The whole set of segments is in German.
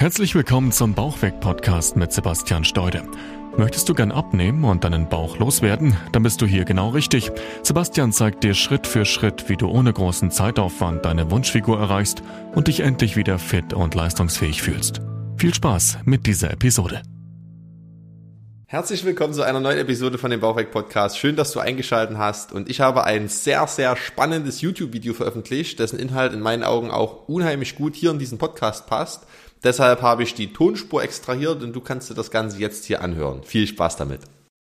Herzlich willkommen zum Bauchweg-Podcast mit Sebastian Steude. Möchtest du gern abnehmen und deinen Bauch loswerden? Dann bist du hier genau richtig. Sebastian zeigt dir Schritt für Schritt, wie du ohne großen Zeitaufwand deine Wunschfigur erreichst und dich endlich wieder fit und leistungsfähig fühlst. Viel Spaß mit dieser Episode. Herzlich willkommen zu einer neuen Episode von dem Bauchweg-Podcast. Schön, dass du eingeschaltet hast, und ich habe ein sehr, sehr spannendes YouTube-Video veröffentlicht, dessen Inhalt in meinen Augen auch unheimlich gut hier in diesen Podcast passt. Deshalb habe ich die Tonspur extrahiert und du kannst dir das Ganze jetzt hier anhören. Viel Spaß damit.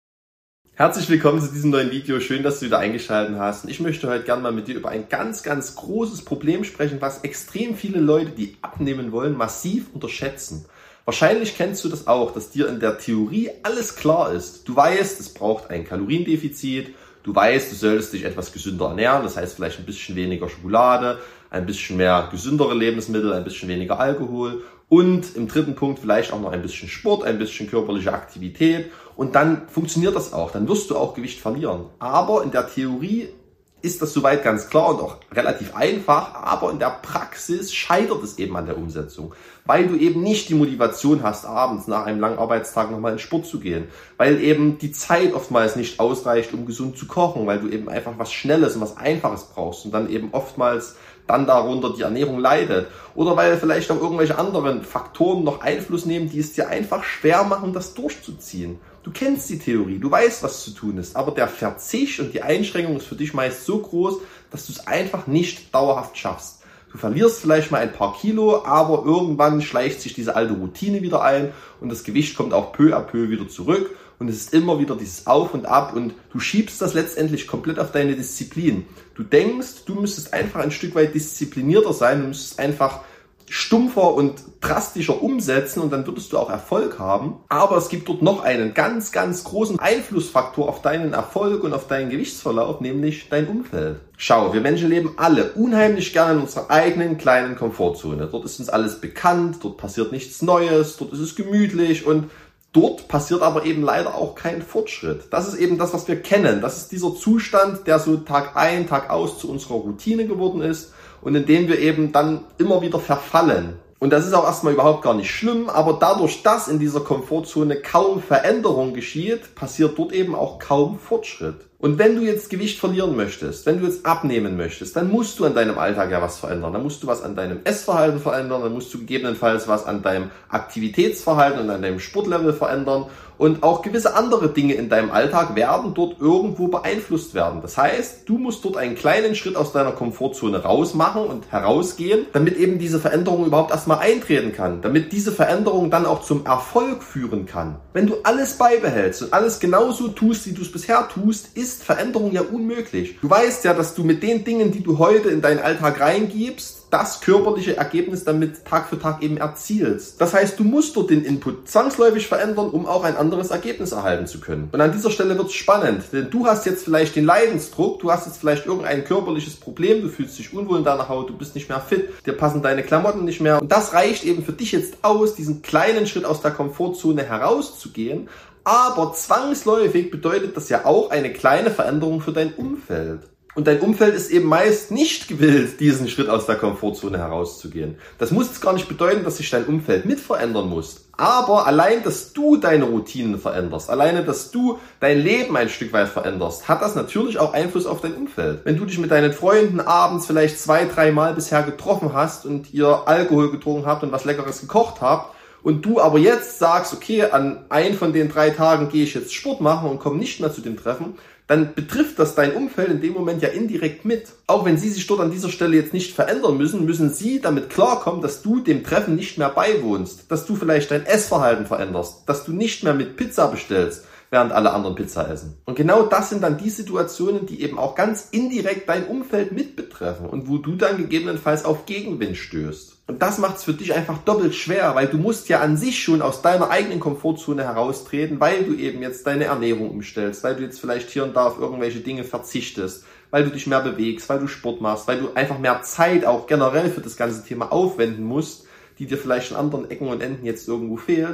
Herzlich willkommen zu diesem neuen Video. Schön, dass du wieder eingeschaltet hast. Und ich möchte heute gerne mal mit dir über ein ganz, ganz großes Problem sprechen, was extrem viele Leute, die abnehmen wollen, massiv unterschätzen. Wahrscheinlich kennst du das auch, dass dir in der Theorie alles klar ist. Du weißt, es braucht ein Kaloriendefizit. Du weißt, du solltest dich etwas gesünder ernähren. Das heißt vielleicht ein bisschen weniger Schokolade, ein bisschen mehr gesündere Lebensmittel, ein bisschen weniger Alkohol. Und im dritten Punkt vielleicht auch noch ein bisschen Sport, ein bisschen körperliche Aktivität. Und dann funktioniert das auch. Dann wirst du auch Gewicht verlieren. Aber in der Theorie ist das soweit ganz klar und auch relativ einfach. Aber in der Praxis scheitert es eben an der Umsetzung. Weil du eben nicht die Motivation hast, abends nach einem langen Arbeitstag nochmal in Sport zu gehen. Weil eben die Zeit oftmals nicht ausreicht, um gesund zu kochen. Weil du eben einfach was Schnelles und was Einfaches brauchst. Und dann eben oftmals dann darunter die Ernährung leidet. Oder weil vielleicht auch irgendwelche anderen Faktoren noch Einfluss nehmen, die es dir einfach schwer machen, das durchzuziehen. Du kennst die Theorie, du weißt, was zu tun ist, aber der Verzicht und die Einschränkung ist für dich meist so groß, dass du es einfach nicht dauerhaft schaffst. Du verlierst vielleicht mal ein paar Kilo, aber irgendwann schleicht sich diese alte Routine wieder ein und das Gewicht kommt auch peu à peu wieder zurück. Und es ist immer wieder dieses Auf und Ab, und du schiebst das letztendlich komplett auf deine Disziplin. Du denkst, du müsstest einfach ein Stück weit disziplinierter sein, du müsstest einfach stumpfer und drastischer umsetzen, und dann würdest du auch Erfolg haben. Aber es gibt dort noch einen ganz, ganz großen Einflussfaktor auf deinen Erfolg und auf deinen Gewichtsverlauf, nämlich dein Umfeld. Schau, wir Menschen leben alle unheimlich gerne in unserer eigenen kleinen Komfortzone. Dort ist uns alles bekannt, dort passiert nichts Neues, dort ist es gemütlich, und dort passiert aber eben leider auch kein Fortschritt. Das ist eben das, was wir kennen. Das ist dieser Zustand, der so Tag ein, Tag aus zu unserer Routine geworden ist und in dem wir eben dann immer wieder verfallen. Und das ist auch erstmal überhaupt gar nicht schlimm, aber dadurch, dass in dieser Komfortzone kaum Veränderung geschieht, passiert dort eben auch kaum Fortschritt. Und wenn du jetzt Gewicht verlieren möchtest, wenn du jetzt abnehmen möchtest, dann musst du an deinem Alltag ja was verändern. Dann musst du was an deinem Essverhalten verändern, dann musst du gegebenenfalls was an deinem Aktivitätsverhalten und an deinem Sportlevel verändern. Und auch gewisse andere Dinge in deinem Alltag werden dort irgendwo beeinflusst werden. Das heißt, du musst dort einen kleinen Schritt aus deiner Komfortzone raus machen und herausgehen, damit eben diese Veränderung überhaupt erstmal eintreten kann. Damit diese Veränderung dann auch zum Erfolg führen kann. Wenn du alles beibehältst und alles genauso tust, wie du es bisher tust, ist Veränderung ja unmöglich. Du weißt ja, dass du mit den Dingen, die du heute in deinen Alltag reingibst, das körperliche Ergebnis damit Tag für Tag eben erzielst. Das heißt, du musst dort den Input zwangsläufig verändern, um auch ein anderes Ergebnis erhalten zu können. Und an dieser Stelle wird es spannend, denn du hast jetzt vielleicht den Leidensdruck, du hast jetzt vielleicht irgendein körperliches Problem, du fühlst dich unwohl in deiner Haut, du bist nicht mehr fit, dir passen deine Klamotten nicht mehr. Und das reicht eben für dich jetzt aus, diesen kleinen Schritt aus der Komfortzone herauszugehen. Aber zwangsläufig bedeutet das ja auch eine kleine Veränderung für dein Umfeld. Und dein Umfeld ist eben meist nicht gewillt, diesen Schritt aus der Komfortzone herauszugehen. Das muss jetzt gar nicht bedeuten, dass sich dein Umfeld mit verändern muss. Aber allein, dass du deine Routinen veränderst, alleine, dass du dein Leben ein Stück weit veränderst, hat das natürlich auch Einfluss auf dein Umfeld. Wenn du dich mit deinen Freunden abends vielleicht 2-3 Mal bisher getroffen hast und ihr Alkohol getrunken habt und was Leckeres gekocht habt, und du aber jetzt sagst, okay, an einen von den 3 Tagen gehe ich jetzt Sport machen und komme nicht mehr zu dem Treffen, dann betrifft das dein Umfeld in dem Moment ja indirekt mit. Auch wenn sie sich dort an dieser Stelle jetzt nicht verändern müssen, müssen sie damit klarkommen, dass du dem Treffen nicht mehr beiwohnst, dass du vielleicht dein Essverhalten veränderst, dass du nicht mehr mit Pizza bestellst, während alle anderen Pizza essen. Und genau das sind dann die Situationen, die eben auch ganz indirekt dein Umfeld mit betreffen und wo du dann gegebenenfalls auf Gegenwind stößt. Und das macht es für dich einfach doppelt schwer, weil du musst ja an sich schon aus deiner eigenen Komfortzone heraustreten, weil du eben jetzt deine Ernährung umstellst, weil du jetzt vielleicht hier und da auf irgendwelche Dinge verzichtest, weil du dich mehr bewegst, weil du Sport machst, weil du einfach mehr Zeit auch generell für das ganze Thema aufwenden musst, die dir vielleicht an anderen Ecken und Enden jetzt irgendwo fehlt.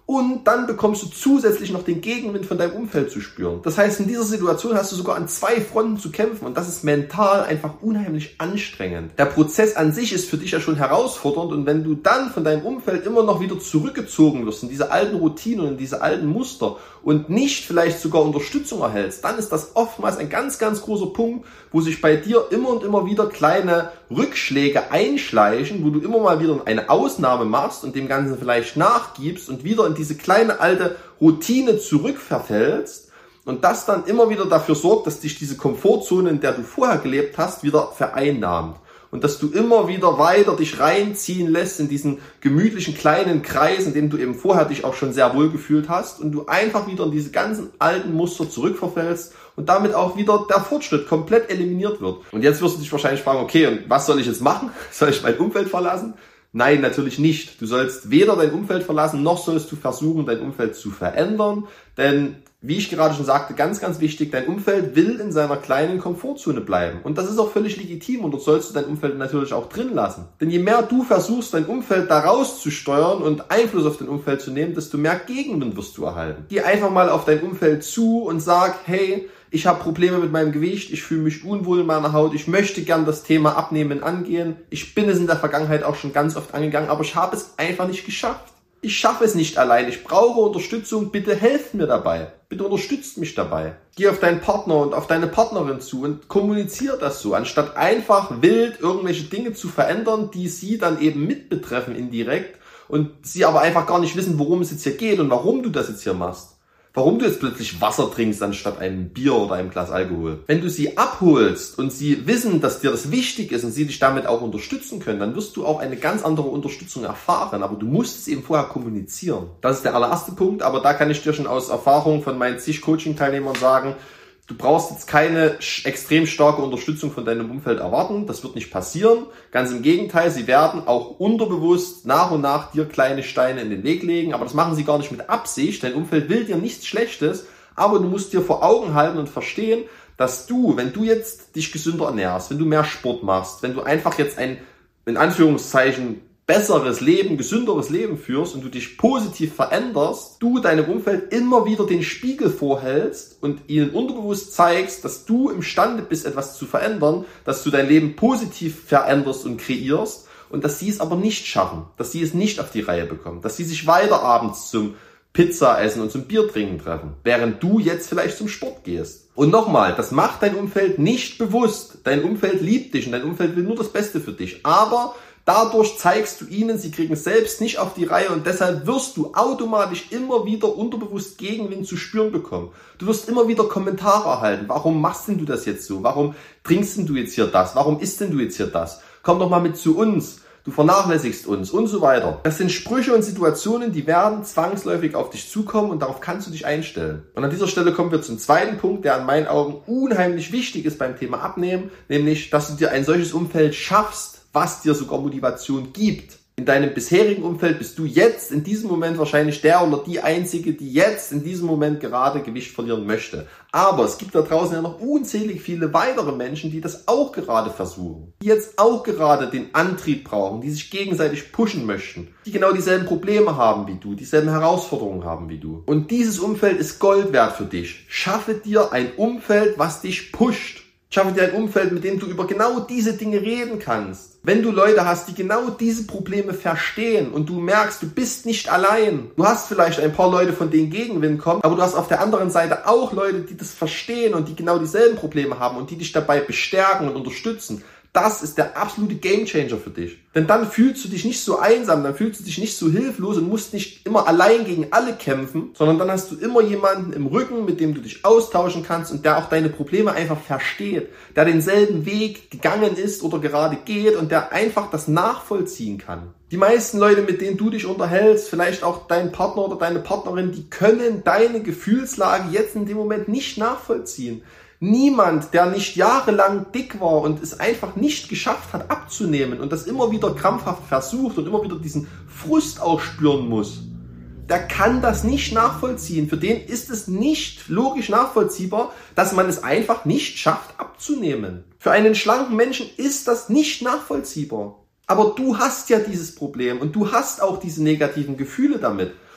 Und dann bekommst du zusätzlich noch den Gegenwind von deinem Umfeld zu spüren. Das heißt, in dieser Situation hast du sogar an 2 Fronten zu kämpfen und das ist mental einfach unheimlich anstrengend. Der Prozess an sich ist für dich ja schon herausfordernd und wenn du dann von deinem Umfeld immer noch wieder zurückgezogen wirst in diese alten Routinen und in diese alten Muster und nicht vielleicht sogar Unterstützung erhältst, dann ist das oftmals ein ganz, ganz großer Punkt, wo sich bei dir immer und immer wieder kleine Rückschläge einschleichen, wo du immer mal wieder eine Ausnahme machst und dem Ganzen vielleicht nachgibst und wieder in diese kleine alte Routine zurückverfällst und das dann immer wieder dafür sorgt, dass dich diese Komfortzone, in der du vorher gelebt hast, wieder vereinnahmt. Und dass du immer wieder weiter dich reinziehen lässt in diesen gemütlichen kleinen Kreis, in dem du eben vorher dich auch schon sehr wohl gefühlt hast und du einfach wieder in diese ganzen alten Muster zurückverfällst und damit auch wieder der Fortschritt komplett eliminiert wird. Und jetzt wirst du dich wahrscheinlich fragen, okay, und was soll ich jetzt machen? Soll ich mein Umfeld verlassen? Nein, natürlich nicht. Du sollst weder dein Umfeld verlassen, noch sollst du versuchen, dein Umfeld zu verändern, denn wie ich gerade schon sagte, ganz, ganz wichtig, dein Umfeld will in seiner kleinen Komfortzone bleiben. Und das ist auch völlig legitim und dort sollst du dein Umfeld natürlich auch drin lassen. Denn je mehr du versuchst, dein Umfeld da rauszusteuern und Einfluss auf dein Umfeld zu nehmen, desto mehr Gegenwind wirst du erhalten. Geh einfach mal auf dein Umfeld zu und sag, hey, ich habe Probleme mit meinem Gewicht, ich fühle mich unwohl in meiner Haut, ich möchte gern das Thema Abnehmen angehen. Ich bin es in der Vergangenheit auch schon ganz oft angegangen, aber ich habe es einfach nicht geschafft. Ich schaffe es nicht allein, ich brauche Unterstützung, bitte helft mir dabei, bitte unterstützt mich dabei. Geh auf deinen Partner und auf deine Partnerin zu und kommuniziere das so, anstatt einfach wild irgendwelche Dinge zu verändern, die sie dann eben mit betreffen indirekt und sie aber einfach gar nicht wissen, worum es jetzt hier geht und warum du das jetzt hier machst. Warum du jetzt plötzlich Wasser trinkst anstatt einem Bier oder einem Glas Alkohol. Wenn du sie abholst und sie wissen, dass dir das wichtig ist und sie dich damit auch unterstützen können, dann wirst du auch eine ganz andere Unterstützung erfahren. Aber du musst es eben vorher kommunizieren. Das ist der allererste Punkt, aber da kann ich dir schon aus Erfahrung von meinen zig Coaching-Teilnehmern sagen, du brauchst jetzt keine extrem starke Unterstützung von deinem Umfeld erwarten. Das wird nicht passieren. Ganz im Gegenteil, sie werden auch unterbewusst nach und nach dir kleine Steine in den Weg legen. Aber das machen sie gar nicht mit Absicht. Dein Umfeld will dir nichts Schlechtes. Aber du musst dir vor Augen halten und verstehen, dass du, wenn du jetzt dich gesünder ernährst, wenn du mehr Sport machst, wenn du einfach jetzt ein, in Anführungszeichen, besseres Leben, gesünderes Leben führst und du dich positiv veränderst, du deinem Umfeld immer wieder den Spiegel vorhältst und ihnen unterbewusst zeigst, dass du imstande bist, etwas zu verändern, dass du dein Leben positiv veränderst und kreierst und dass sie es aber nicht schaffen, dass sie es nicht auf die Reihe bekommen, dass sie sich weiter abends zum Pizza essen und zum Bier trinken treffen, während du jetzt vielleicht zum Sport gehst. Und nochmal, das macht dein Umfeld nicht bewusst. Dein Umfeld liebt dich und dein Umfeld will nur das Beste für dich, aber dadurch zeigst du ihnen, sie kriegen es selbst nicht auf die Reihe und deshalb wirst du automatisch immer wieder unterbewusst Gegenwind zu spüren bekommen. Du wirst immer wieder Kommentare erhalten. Warum machst denn du das jetzt so? Warum trinkst denn du jetzt hier das? Warum isst denn du jetzt hier das? Komm doch mal mit zu uns. Du vernachlässigst uns und so weiter. Das sind Sprüche und Situationen, die werden zwangsläufig auf dich zukommen und darauf kannst du dich einstellen. Und an dieser Stelle kommen wir zum zweiten Punkt, der in meinen Augen unheimlich wichtig ist beim Thema Abnehmen, nämlich, dass du dir ein solches Umfeld schaffst, was dir sogar Motivation gibt. In deinem bisherigen Umfeld bist du jetzt in diesem Moment wahrscheinlich der oder die Einzige, die jetzt in diesem Moment gerade Gewicht verlieren möchte. Aber es gibt da draußen ja noch unzählig viele weitere Menschen, die das auch gerade versuchen. Die jetzt auch gerade den Antrieb brauchen, die sich gegenseitig pushen möchten. Die genau dieselben Probleme haben wie du, dieselben Herausforderungen haben wie du. Und dieses Umfeld ist Gold wert für dich. Schaffe dir ein Umfeld, was dich pusht. Schaffe dir ein Umfeld, mit dem du über genau diese Dinge reden kannst. Wenn du Leute hast, die genau diese Probleme verstehen und du merkst, du bist nicht allein. Du hast vielleicht ein paar Leute, von denen Gegenwind kommt, aber du hast auf der anderen Seite auch Leute, die das verstehen und die genau dieselben Probleme haben und die dich dabei bestärken und unterstützen. Das ist der absolute Gamechanger für dich. Denn dann fühlst du dich nicht so einsam, dann fühlst du dich nicht so hilflos und musst nicht immer allein gegen alle kämpfen, sondern dann hast du immer jemanden im Rücken, mit dem du dich austauschen kannst und der auch deine Probleme einfach versteht, der denselben Weg gegangen ist oder gerade geht und der einfach das nachvollziehen kann. Die meisten Leute, mit denen du dich unterhältst, vielleicht auch dein Partner oder deine Partnerin, die können deine Gefühlslage jetzt in dem Moment nicht nachvollziehen. Niemand, der nicht jahrelang dick war und es einfach nicht geschafft hat abzunehmen und das immer wieder krampfhaft versucht und immer wieder diesen Frust auch spüren muss, der kann das nicht nachvollziehen. Für den ist es nicht logisch nachvollziehbar, dass man es einfach nicht schafft abzunehmen. Für einen schlanken Menschen ist das nicht nachvollziehbar. Aber du hast ja dieses Problem und du hast auch diese negativen Gefühle damit.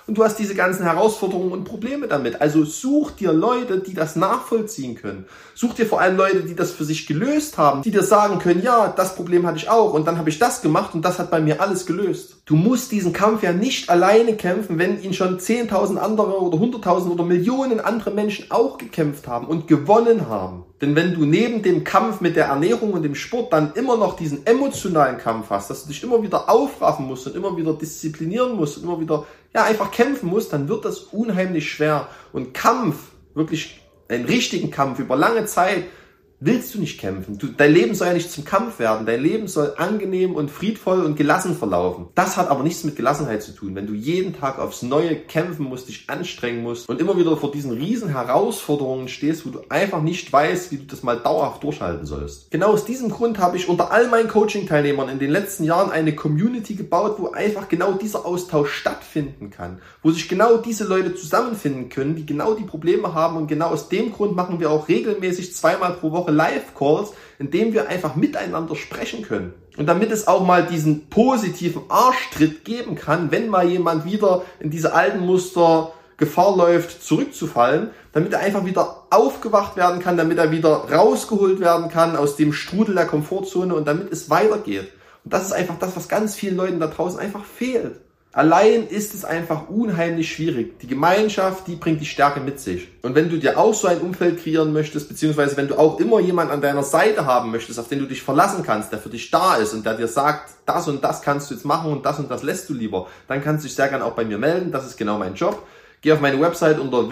und du hast diese ganzen Herausforderungen und Probleme damit. Also such dir Leute, die das nachvollziehen können. Such dir vor allem Leute, die das für sich gelöst haben, die dir sagen können, ja, das Problem hatte ich auch und dann habe ich das gemacht und das hat bei mir alles gelöst. Du musst diesen Kampf ja nicht alleine kämpfen, wenn ihn schon 10.000 andere oder 100.000 oder Millionen andere Menschen auch gekämpft haben und gewonnen haben. Denn wenn du neben dem Kampf mit der Ernährung und dem Sport dann immer noch diesen emotionalen Kampf hast, dass du dich immer wieder aufraffen musst und immer wieder disziplinieren musst und immer wieder einfach kämpfen musst, dann wird das unheimlich schwer. Und Kampf, wirklich einen richtigen Kampf über lange Zeit, willst du nicht kämpfen. Dein Leben soll ja nicht zum Kampf werden. Dein Leben soll angenehm und friedvoll und gelassen verlaufen. Das hat aber nichts mit Gelassenheit zu tun. Wenn du jeden Tag aufs Neue kämpfen musst, dich anstrengen musst und immer wieder vor diesen riesen Herausforderungen stehst, wo du einfach nicht weißt, wie du das mal dauerhaft durchhalten sollst. Genau aus diesem Grund habe ich unter all meinen Coaching-Teilnehmern in den letzten Jahren eine Community gebaut, wo einfach genau dieser Austausch stattfinden kann. Wo sich genau diese Leute zusammenfinden können, die genau die Probleme haben, und genau aus dem Grund machen wir auch regelmäßig 2-mal pro Woche Live-Calls, in dem wir einfach miteinander sprechen können. Und damit es auch mal diesen positiven Arschtritt geben kann, wenn mal jemand wieder in diese alten Muster Gefahr läuft, zurückzufallen, damit er einfach wieder aufgewacht werden kann, damit er wieder rausgeholt werden kann aus dem Strudel der Komfortzone und damit es weitergeht. Und das ist einfach das, was ganz vielen Leuten da draußen einfach fehlt. Allein ist es einfach unheimlich schwierig. Die Gemeinschaft, die bringt die Stärke mit sich. Und wenn du dir auch so ein Umfeld kreieren möchtest, beziehungsweise wenn du auch immer jemanden an deiner Seite haben möchtest, auf den du dich verlassen kannst, der für dich da ist und der dir sagt, das und das kannst du jetzt machen und das lässt du lieber, dann kannst du dich sehr gerne auch bei mir melden. Das ist genau mein Job. Geh auf meine Website unter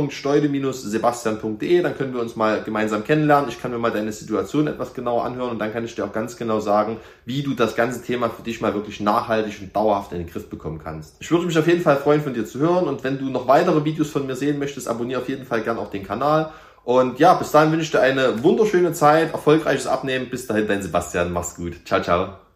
www.steude-sebastian.de, dann können wir uns mal gemeinsam kennenlernen. Ich kann mir mal deine Situation etwas genauer anhören und dann kann ich dir auch ganz genau sagen, wie du das ganze Thema für dich mal wirklich nachhaltig und dauerhaft in den Griff bekommen kannst. Ich würde mich auf jeden Fall freuen, von dir zu hören, und wenn du noch weitere Videos von mir sehen möchtest, abonniere auf jeden Fall gerne auch den Kanal. Und ja, bis dahin wünsche ich dir eine wunderschöne Zeit, erfolgreiches Abnehmen. Bis dahin, dein Sebastian. Mach's gut. Ciao, ciao.